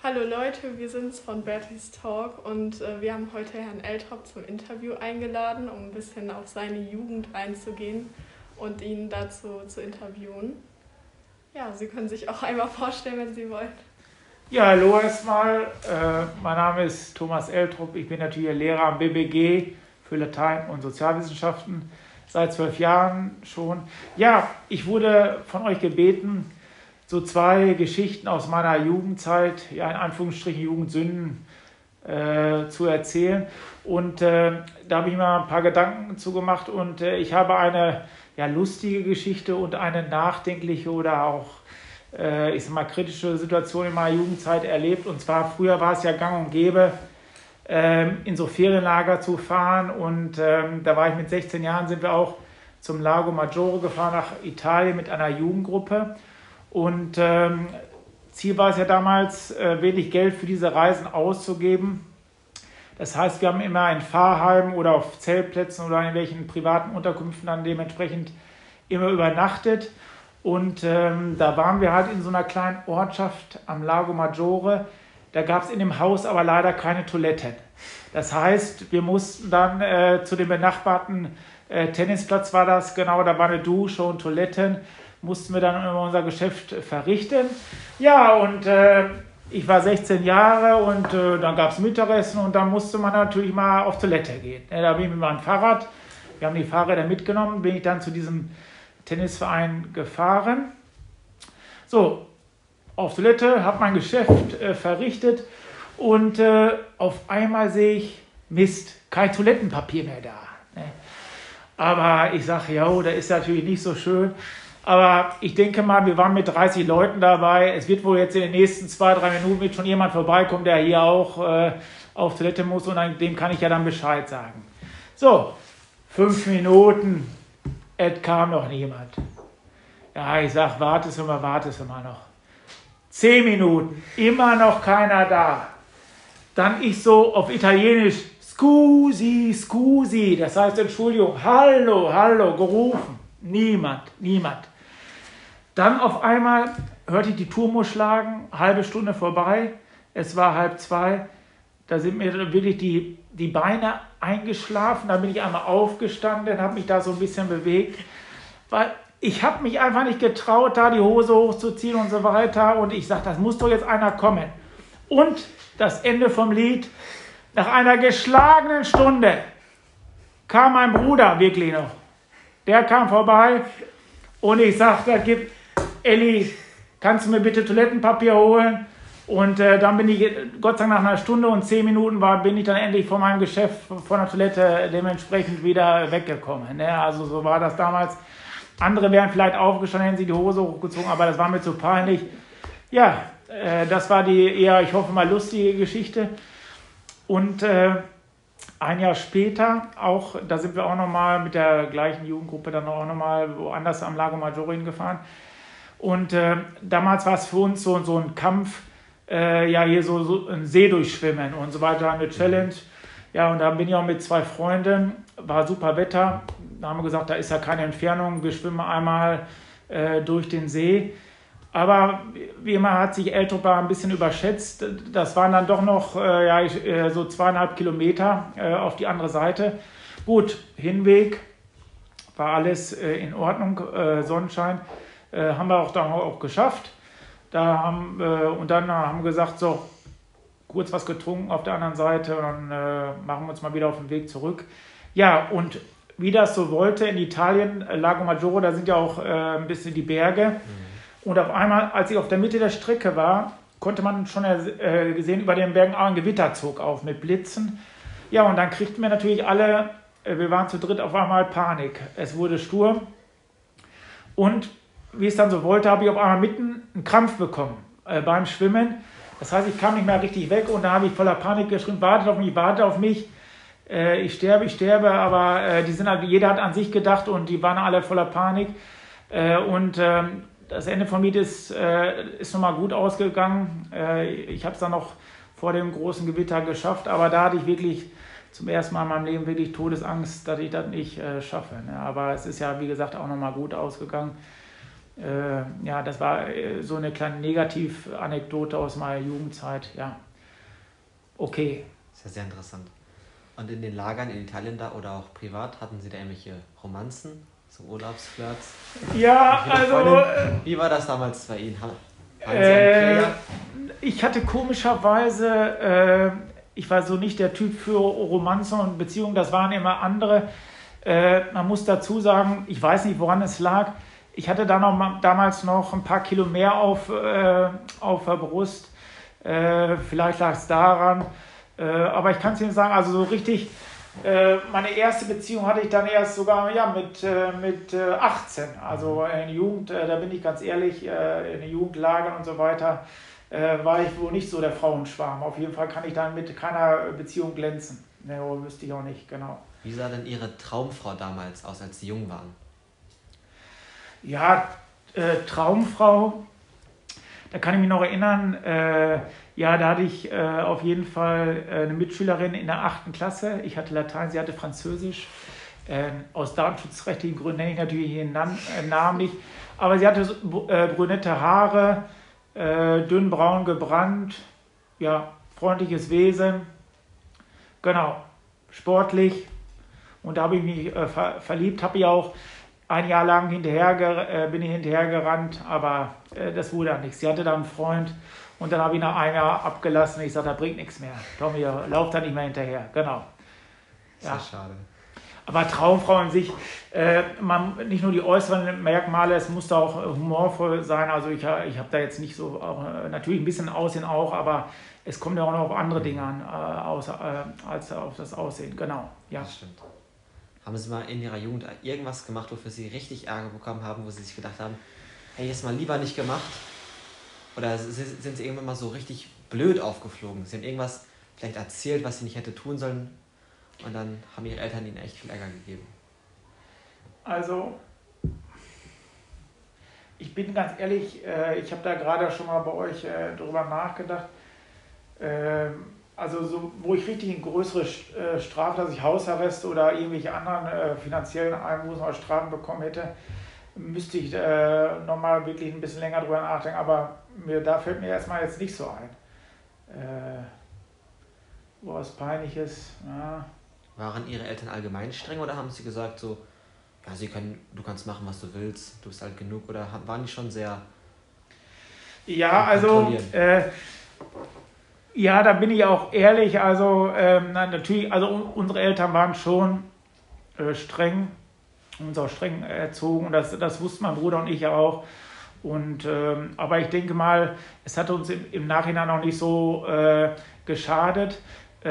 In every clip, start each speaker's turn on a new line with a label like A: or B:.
A: Hallo Leute, wir sind's von Bertie's Talk und wir haben heute Herrn Eltrop zum Interview eingeladen, um ein bisschen auf seine Jugend einzugehen und ihn dazu zu interviewen. Ja, Sie können sich auch einmal vorstellen, wenn Sie wollen.
B: Ja, hallo erstmal. Mein Name ist Thomas Eltrop. Ich bin natürlich Lehrer am BBG für Latein und Sozialwissenschaften seit 12 Jahren schon. Ja, ich wurde von euch gebeten, so 2 Geschichten aus meiner Jugendzeit, ja in Anführungsstrichen Jugendsünden, zu erzählen. Und da habe ich mal ein paar Gedanken zu gemacht und ich habe eine lustige Geschichte und eine nachdenkliche oder auch ich sag mal, kritische Situation in meiner Jugendzeit erlebt. Und zwar, früher war es ja gang und gäbe, in so Ferienlager zu fahren. Und da war ich mit 16 Jahren, sind wir auch zum Lago Maggiore gefahren, nach Italien mit einer Jugendgruppe. Und Ziel war es ja damals, wenig Geld für diese Reisen auszugeben. Das heißt, wir haben immer in Fahrheimen oder auf Zeltplätzen oder in welchen privaten Unterkünften dann dementsprechend immer übernachtet. Und da waren wir halt in so einer kleinen Ortschaft am Lago Maggiore. Da gab es in dem Haus aber leider keine Toiletten. Das heißt, wir mussten dann zu dem benachbarten Tennisplatz war das, genau, da war eine Dusche und Toiletten, mussten wir dann immer unser Geschäft verrichten. Ja, und ich war 16 Jahre und dann gab es Mittagessen und dann musste man natürlich mal auf Toilette gehen. Da bin ich mit meinem Fahrrad, wir haben die Fahrräder mitgenommen, bin ich dann zu diesem Tennisverein gefahren. So, auf Toilette, habe mein Geschäft verrichtet und auf einmal sehe ich, Mist, kein Toilettenpapier mehr da. Ne? Aber ich sage, ja, das ist natürlich nicht so schön. Aber ich denke mal, wir waren mit 30 Leuten dabei. Es wird wohl jetzt in den nächsten 2-3 Minuten wird schon jemand vorbeikommen, der hier auch auf Toilette muss und dem kann ich ja dann Bescheid sagen. So, 5 Minuten. Es kam noch niemand. Ja, ich sag, wartest du mal noch. 10 Minuten, immer noch keiner da. Dann ich so auf Italienisch, scusi, scusi, das heißt Entschuldigung, hallo, hallo, gerufen. Niemand. Dann auf einmal hörte ich die Turmuhr schlagen, halbe Stunde vorbei, es war 1:30, da sind mir wirklich die Beine eingeschlafen, da bin ich einmal aufgestanden, habe mich da so ein bisschen bewegt, weil ich habe mich einfach nicht getraut, da die Hose hochzuziehen und so weiter und ich sage, das muss doch jetzt einer kommen. Und das Ende vom Lied, nach einer geschlagenen Stunde kam mein Bruder wirklich noch. Der kam vorbei und ich sagte, Elli, kannst du mir bitte Toilettenpapier holen? Und dann bin ich, Gott sei Dank nach einer Stunde und 10 Minuten bin ich dann endlich von meinem Geschäft, von der Toilette dementsprechend wieder weggekommen. Ne? Also so war das damals. Andere wären vielleicht aufgestanden, hätten sie die Hose hochgezogen, aber das war mir zu peinlich. Ja, das war die eher, ich hoffe mal, lustige Geschichte. Und ein Jahr später, auch, da sind wir auch nochmal mit der gleichen Jugendgruppe dann auch nochmal woanders am Lago Maggiore hingefahren. Und damals war es für uns so ein Kampf, hier so ein See durchschwimmen und so weiter, eine Challenge. Ja, und da bin ich auch mit 2 Freunden, war super Wetter. Da haben wir gesagt, da ist ja keine Entfernung, wir schwimmen einmal durch den See. Aber wie immer hat sich Eltrop ein bisschen überschätzt. Das waren dann doch noch so 2,5 Kilometer auf die andere Seite. Gut, Hinweg war alles in Ordnung, Sonnenschein. Haben wir auch dann auch geschafft. Und dann haben wir gesagt, so, kurz was getrunken auf der anderen Seite und dann machen wir uns mal wieder auf den Weg zurück. Ja, und wie das so wollte, in Italien, Lago Maggiore, da sind ja auch ein bisschen die Berge. Und auf einmal, als ich auf der Mitte der Strecke war, konnte man schon gesehen, über den Bergen auch ein Gewitter zog auf mit Blitzen. Ja, und dann kriegten wir natürlich alle, wir waren zu dritt, auf einmal Panik. Es wurde Sturm. Und wie es dann so wollte, habe ich auf einmal mitten einen Krampf bekommen beim Schwimmen. Das heißt, ich kam nicht mehr richtig weg und da habe ich voller Panik geschrien, wartet auf mich. Ich sterbe, aber jeder hat an sich gedacht und die waren alle voller Panik. Das Ende vom Lied ist nochmal gut ausgegangen. Ich habe es dann noch vor dem großen Gewitter geschafft, aber da hatte ich wirklich zum ersten Mal in meinem Leben wirklich Todesangst, dass ich das nicht schaffe. Ne? Aber es ist ja, wie gesagt, auch nochmal gut ausgegangen. Ja, das war so eine kleine Negativanekdote aus meiner Jugendzeit. Ja, okay.
C: Das ist ja sehr interessant. Und in den Lagern in Italien da oder auch privat, hatten Sie da irgendwelche Romanzen, so Urlaubsflirts?
B: Ja, also...
C: Wie war das damals bei Ihnen? Waren Sie ein Player?
B: Ich hatte komischerweise, ich war so nicht der Typ für Romanzen und Beziehungen, das waren immer andere. Man muss dazu sagen, ich weiß nicht, woran es lag. Ich hatte damals noch ein paar Kilo mehr auf der Brust. Vielleicht lag es daran. Aber ich kann es Ihnen sagen, also so richtig, meine erste Beziehung hatte ich dann erst sogar mit 18. Also in der Jugend, da bin ich ganz ehrlich, in den Jugendlagern und so weiter, war ich wohl nicht so der Frauenschwarm. Auf jeden Fall kann ich dann mit keiner Beziehung glänzen. Ne, wüsste ich auch nicht, genau.
C: Wie sah denn Ihre Traumfrau damals aus, als Sie jung waren?
B: Ja, Traumfrau, da kann ich mich noch erinnern, ja, da hatte ich auf jeden Fall eine Mitschülerin in der 8. Klasse. Ich hatte Latein, sie hatte Französisch. Aus datenschutzrechtlichen Gründen nenne ich natürlich ihren Namen nicht. Aber sie hatte brünette Haare, dünn braun gebrannt, ja, freundliches Wesen, genau, sportlich. Und da habe ich mich verliebt, habe ich auch ein Jahr lang bin ich hinterhergerannt, aber das wurde dann nichts. Sie hatte da einen Freund und dann habe ich nach einem Jahr abgelassen. Ich sagte, das bringt nichts mehr. Tommy, lauft da nicht mehr hinterher. Genau.
C: Ja. Sehr schade.
B: Aber Traumfrau an sich, nicht nur die äußeren Merkmale, es musste auch humorvoll sein. Also ich habe da jetzt nicht so, natürlich ein bisschen Aussehen auch, aber es kommt ja auch noch auf andere Dinge an, als auf das Aussehen. Genau, ja.
C: Das stimmt. Haben Sie mal in Ihrer Jugend irgendwas gemacht, wofür Sie richtig Ärger bekommen haben, wo Sie sich gedacht haben, hey, jetzt mal lieber nicht gemacht? Oder sind Sie irgendwann mal so richtig blöd aufgeflogen? Sie haben irgendwas vielleicht erzählt, was Sie nicht hätte tun sollen und dann haben Ihre Eltern Ihnen echt viel Ärger gegeben?
B: Also, ich bin ganz ehrlich, ich habe da gerade schon mal bei euch drüber nachgedacht. Also so, wo ich richtig eine größere Strafe, dass ich Hausarrest oder irgendwelche anderen finanziellen Einbußen oder Strafen bekommen hätte, müsste ich nochmal wirklich ein bisschen länger drüber nachdenken. Aber da fällt mir erstmal jetzt nicht so ein. Was Peinliches. Ja.
C: Waren Ihre Eltern allgemein streng oder haben Sie gesagt so, ja, du kannst machen, was du willst, du bist alt genug, oder waren die schon sehr...
B: Ja, also... Ja, da bin ich auch ehrlich, also natürlich, also unsere Eltern waren schon streng, uns auch streng erzogen und das wussten mein Bruder und ich ja auch. Und, aber ich denke mal, es hat uns im Nachhinein auch nicht so geschadet.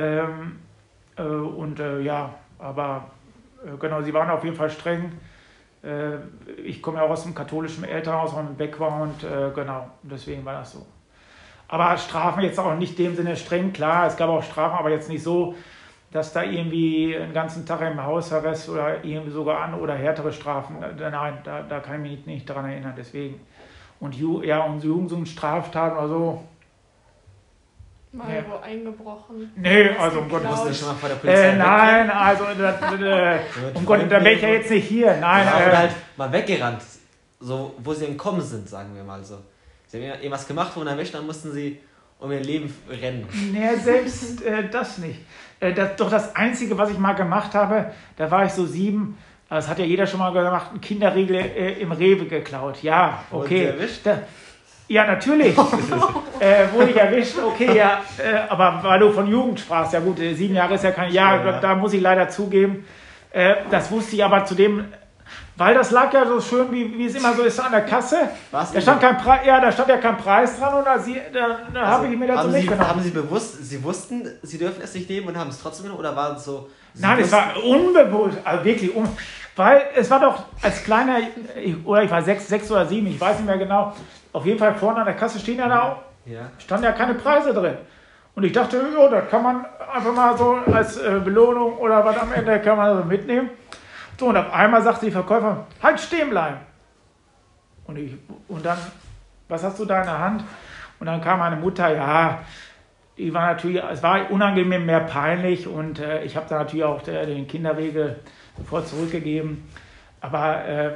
B: Ja, aber genau, sie waren auf jeden Fall streng. Ich komme ja auch aus dem katholischen Elternhaus, wo ich weg war und genau, deswegen war das so. Aber Strafen jetzt auch nicht in dem Sinne streng, klar, es gab auch Strafen, aber jetzt nicht so, dass da irgendwie einen ganzen Tag im Hausarrest oder irgendwie sogar oder härtere Strafen, nein, da kann ich mich nicht daran erinnern, deswegen. Und unsere Jugendstraftaten oder so.
A: Mal wo eingebrochen.
B: Nee, also um Gottes
C: Willen. Schon mal vor der Polizei
B: nein, also um Gottes Willen, da wäre ich ja jetzt nicht hier. Nein,
C: ja, oder halt mal weggerannt, so wo sie entkommen sind, sagen wir mal so. Sie haben irgendwas gemacht, wo erwischt, dann mussten sie um ihr Leben rennen. Nee,
B: selbst das nicht. Doch das Einzige, was ich mal gemacht habe, da war ich so 7, das hat ja jeder schon mal gemacht, einen Kinderriegel im Rewe geklaut. Ja, okay.
C: Wurden Sie erwischt?
B: Ja, natürlich. Wurde ich erwischt, okay, ja. Aber weil du von Jugend sprachst, ja gut, 7 Jahre ist ja kein Jahr, ja. Da muss ich leider zugeben. Das wusste ich aber zudem... Weil das lag ja so schön, wie es immer so ist, an der Kasse.
C: Was?
B: Da stand da stand ja kein Preis dran und da habe ich mir dazu mitgenommen.
C: Haben Sie bewusst, Sie wussten, Sie dürfen es nicht nehmen und haben es trotzdem genommen oder war es so?
B: Nein, es war unbewusst, also wirklich weil es war doch als kleiner, ich war 6 oder 7, ich weiß nicht mehr genau, auf jeden Fall vorne an der Kasse stand ja keine Preise drin. Und ich dachte, ja, das kann man einfach mal so als Belohnung oder was am Ende kann man so mitnehmen. So, und auf einmal sagte die Verkäuferin, halt stehen bleiben. Und dann, was hast du da in der Hand? Und dann kam meine Mutter, ja, die war natürlich, es war unangenehm, mehr peinlich und ich habe da natürlich auch den Kinderriegel sofort zurückgegeben. Aber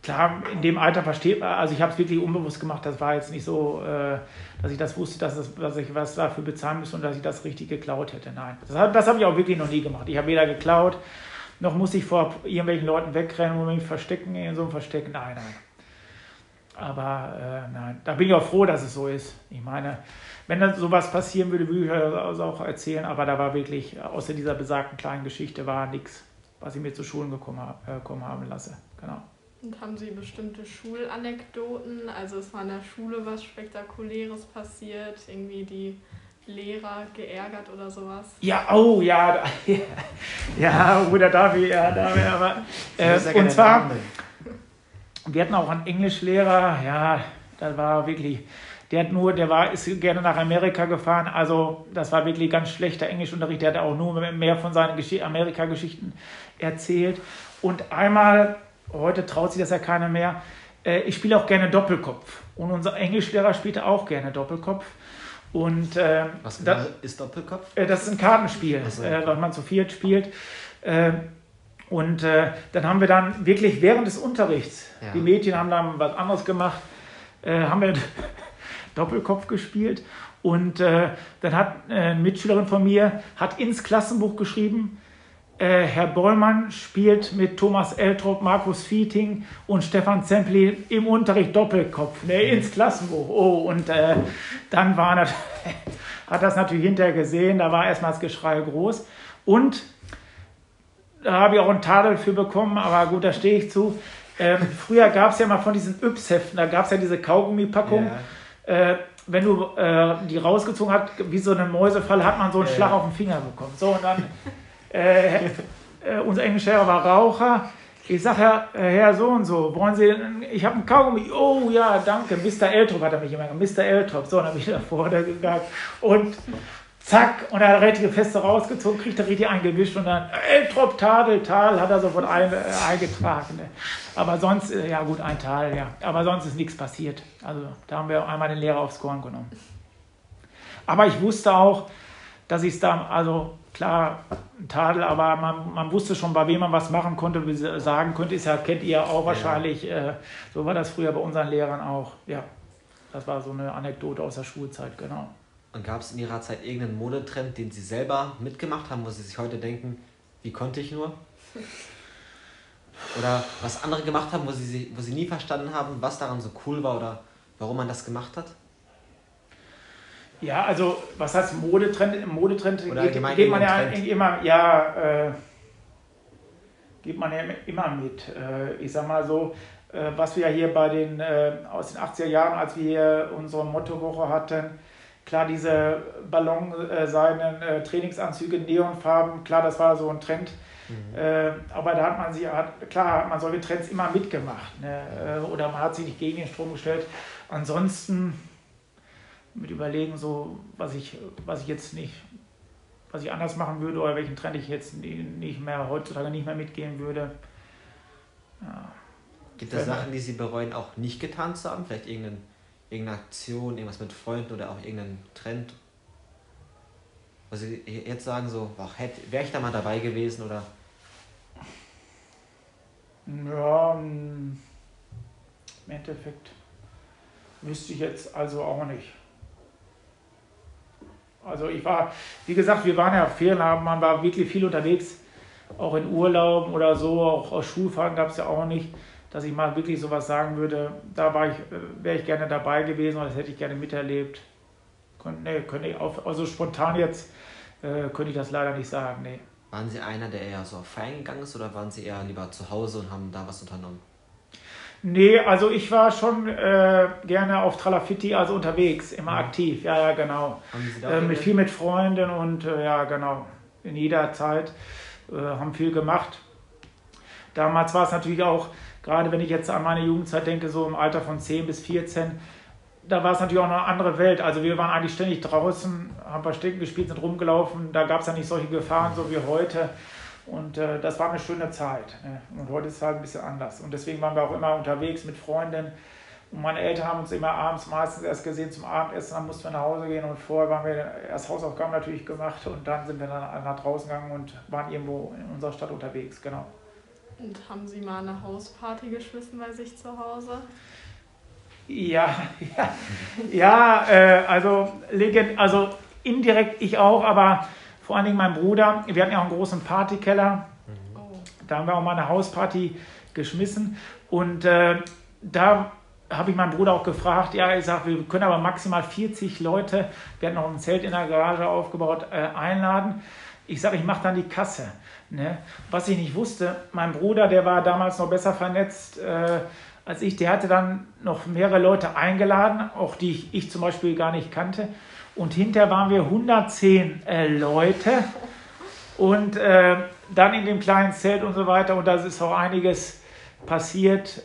B: klar, in dem Alter versteht man, also ich habe es wirklich unbewusst gemacht, das war jetzt nicht so, dass ich das wusste, dass ich was dafür bezahlen müsste und dass ich das richtig geklaut hätte. Nein, das habe ich auch wirklich noch nie gemacht. Ich habe weder geklaut, noch musste ich vor irgendwelchen Leuten wegrennen und mich verstecken in so einem Versteck. Nein. Aber nein, da bin ich auch froh, dass es so ist. Ich meine, wenn dann sowas passieren würde, würde ich das auch erzählen, aber da war wirklich, außer dieser besagten kleinen Geschichte, war nichts, was ich mir zu Schulen kommen haben lasse. Genau.
A: Und haben Sie bestimmte Schulanekdoten? Also ist mal in der Schule was Spektakuläres passiert? Irgendwie die Lehrer geärgert oder sowas?
B: Ja, oh ja, ja, oder darf ich, aber. Und zwar, wir hatten auch einen Englischlehrer, ja, das war wirklich, ist gerne nach Amerika gefahren, also das war wirklich ganz schlechter Englischunterricht, der hat auch nur mehr von seinen Amerika-Geschichten erzählt. Und einmal, heute traut sich das ja keiner mehr, ich spiele auch gerne Doppelkopf und unser Englischlehrer spielte auch gerne Doppelkopf. Und,
C: was genau ist Doppelkopf?
B: Das ist ein Kartenspiel, was man zu viert spielt. Und dann haben wir dann wirklich während des Unterrichts, die Mädchen haben dann was anderes gemacht, haben wir Doppelkopf gespielt. Und dann hat eine Mitschülerin von mir hat ins Klassenbuch geschrieben, Herr Bollmann spielt mit Thomas Eltrop, Markus Fieting und Stefan Zempli im Unterricht Doppelkopf, ins Klassenbuch. Oh, und dann hat das natürlich hinterher gesehen, da war erstmal das Geschrei groß. Und da habe ich auch einen Tadel für bekommen, aber gut, da stehe ich zu. Früher gab es ja mal von diesen Yps-Heften, da gab es ja diese Kaugummipackung. Ja. Wenn du die rausgezogen hast, wie so eine Mäusefalle, hat man so einen Schlag auf den Finger bekommen. So, und dann unser Englischlehrer war Raucher. Ich sage, Herr so und so, wollen Sie, ich habe einen Kaugummi. Oh ja, danke, Mr. Eltrop hat er mich immer gesagt, Mr. Eltrop. So, dann habe ich da vorne gegangen und zack, und er hat relativ feste rausgezogen, kriegt er richtig eingewischt und dann Eltrop, Tadel, hat er sofort eingetragen. Ne? Aber sonst, ja gut, ein Tal, ja. Aber sonst ist nichts passiert. Also da haben wir einmal den Lehrer aufs Korn genommen. Aber ich wusste auch, dass ich es da, also klar, ein Tadel, aber man wusste schon, bei wem man was machen konnte, wie sie sagen könnte, kennt ihr auch wahrscheinlich, so war das früher bei unseren Lehrern auch, ja. Das war so eine Anekdote aus der Schulzeit, genau.
C: Und gab es in Ihrer Zeit irgendeinen Modetrend, den Sie selber mitgemacht haben, wo Sie sich heute denken, wie konnte ich nur? Oder was andere gemacht haben, wo Sie nie verstanden haben, was daran so cool war oder warum man das gemacht hat?
B: Ja, also was heißt Modetrend? Im Modetrend geht man ja
C: Trend.
B: Geht man ja immer mit. Ich sag mal so, was wir hier aus den 80er Jahren, als wir hier unsere Mottowoche hatten, klar, diese ballonseidenen Trainingsanzüge, Neonfarben, klar, das war so ein Trend. Aber da hat man solche Trends immer mitgemacht. Ne? Oder man hat sich nicht gegen den Strom gestellt. Ansonsten mit überlegen, so was ich anders machen würde oder welchen Trend ich jetzt heutzutage nicht mehr mitgehen würde. Ja.
C: Gibt es Sachen, die Sie bereuen, auch nicht getan zu haben? Vielleicht irgendeine Aktion, irgendwas mit Freunden oder auch irgendeinen Trend? Was Sie jetzt sagen, so, wäre ich da mal dabei gewesen oder?
B: Ja, im Endeffekt wüsste ich jetzt also auch nicht. Also wie gesagt, wir waren ja Ferien, man war wirklich viel unterwegs, auch in Urlauben oder so, auch aus Schulfahrten gab es ja auch nicht, dass ich mal wirklich sowas sagen würde, da wäre ich gerne dabei gewesen oder das hätte ich gerne miterlebt. Also spontan jetzt könnte ich das leider nicht sagen, nee.
C: Waren Sie einer, der eher so auf Feiern gegangen ist oder waren Sie eher lieber zu Hause und haben da was unternommen?
B: Nee, also ich war schon gerne auf Tralafitti, also unterwegs, immer aktiv, ja, genau. Viel mit Freunden und ja, genau, in jeder Zeit haben viel gemacht. Damals war es natürlich auch, gerade wenn ich jetzt an meine Jugendzeit denke, so im Alter von 10 bis 14, da war es natürlich auch noch eine andere Welt. Also wir waren eigentlich ständig draußen, haben Verstecken gespielt, sind rumgelaufen, da gab es ja nicht solche Gefahren, so wie heute. Und das war eine schöne Zeit. Ne? Und heute ist es halt ein bisschen anders. Und deswegen waren wir auch immer unterwegs mit Freunden. Und meine Eltern haben uns immer abends meistens erst gesehen zum Abendessen, dann mussten wir nach Hause gehen. Und vorher haben wir erst Hausaufgaben natürlich gemacht und dann sind wir dann nach draußen gegangen und waren irgendwo in unserer Stadt unterwegs, genau.
A: Und haben Sie mal eine Hausparty geschmissen bei sich zu Hause?
B: Ja, also indirekt ich auch, aber vor allen Dingen mein Bruder. Wir hatten ja auch einen großen Partykeller.
A: Oh.
B: Da haben wir auch mal eine Hausparty geschmissen. Und da habe ich meinen Bruder auch gefragt, ja, ich sage, wir können aber maximal 40 Leute, wir hatten noch ein Zelt in der Garage aufgebaut, einladen. Ich sage, ich mache dann die Kasse. Ne? Was ich nicht wusste, mein Bruder, der war damals noch besser vernetzt als ich, der hatte dann noch mehrere Leute eingeladen, auch die ich zum Beispiel gar nicht kannte. Und hinterher waren wir 110 Leute und dann in dem kleinen Zelt und so weiter. Und da ist auch einiges passiert.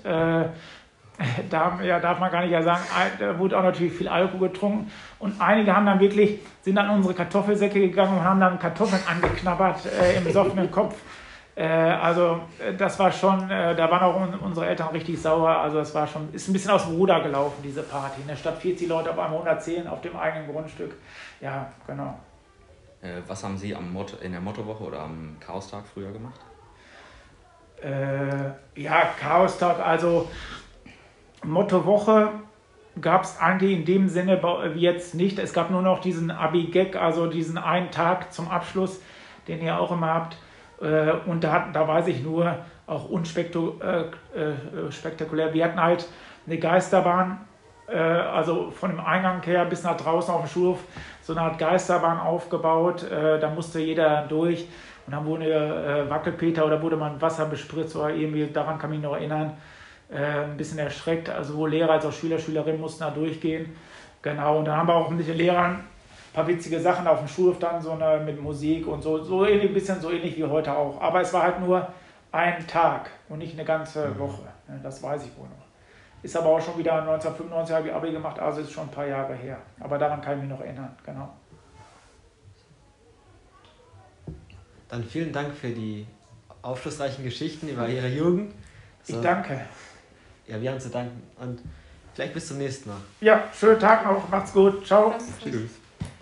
B: Da darf man gar nicht sagen, da wurde auch natürlich viel Alkohol getrunken. Und einige haben dann wirklich, sind an unsere Kartoffelsäcke gegangen und haben dann Kartoffeln angeknabbert im besoffenen Kopf. Das war schon, da waren auch unsere Eltern richtig sauer. Also das war schon, ist ein bisschen aus dem Ruder gelaufen, diese Party. Ne? Statt 40 Leute auf einmal 110 auf dem eigenen Grundstück. Ja, genau.
D: Was haben Sie in der Mottowoche oder am Chaostag früher gemacht?
B: Chaostag, also Mottowoche gab es eigentlich in dem Sinne wie jetzt nicht. Es gab nur noch diesen Abi-Gag, also diesen einen Tag zum Abschluss, den ihr auch immer habt. Und da weiß ich nur, auch unspektakulär, wir hatten halt eine Geisterbahn, also von dem Eingang her bis nach draußen auf dem Schulhof, so eine Art Geisterbahn aufgebaut, da musste jeder durch und dann wurde Wackelpeter oder wurde man Wasser bespritzt oder irgendwie, daran kann ich mich noch erinnern, ein bisschen erschreckt, also wo Lehrer als auch Schüler, Schülerinnen mussten da durchgehen, genau, und dann haben wir auch mit den Lehrern ein paar witzige Sachen auf dem Schulhof dann, mit Musik und so ähnlich, ein bisschen so ähnlich wie heute auch. Aber es war halt nur ein Tag und nicht eine ganze Woche. Das weiß ich wohl noch. Ist aber auch schon wieder 1995 habe ich Abi gemacht, also ist schon ein paar Jahre her. Aber daran kann ich mich noch erinnern, genau.
C: Dann vielen Dank für die aufschlussreichen Geschichten über Ihre Jugend.
B: Ich danke.
C: Ja, wir haben zu danken und vielleicht bis zum nächsten Mal.
B: Ja, schönen Tag noch, macht's gut, ciao.
A: Tschüss.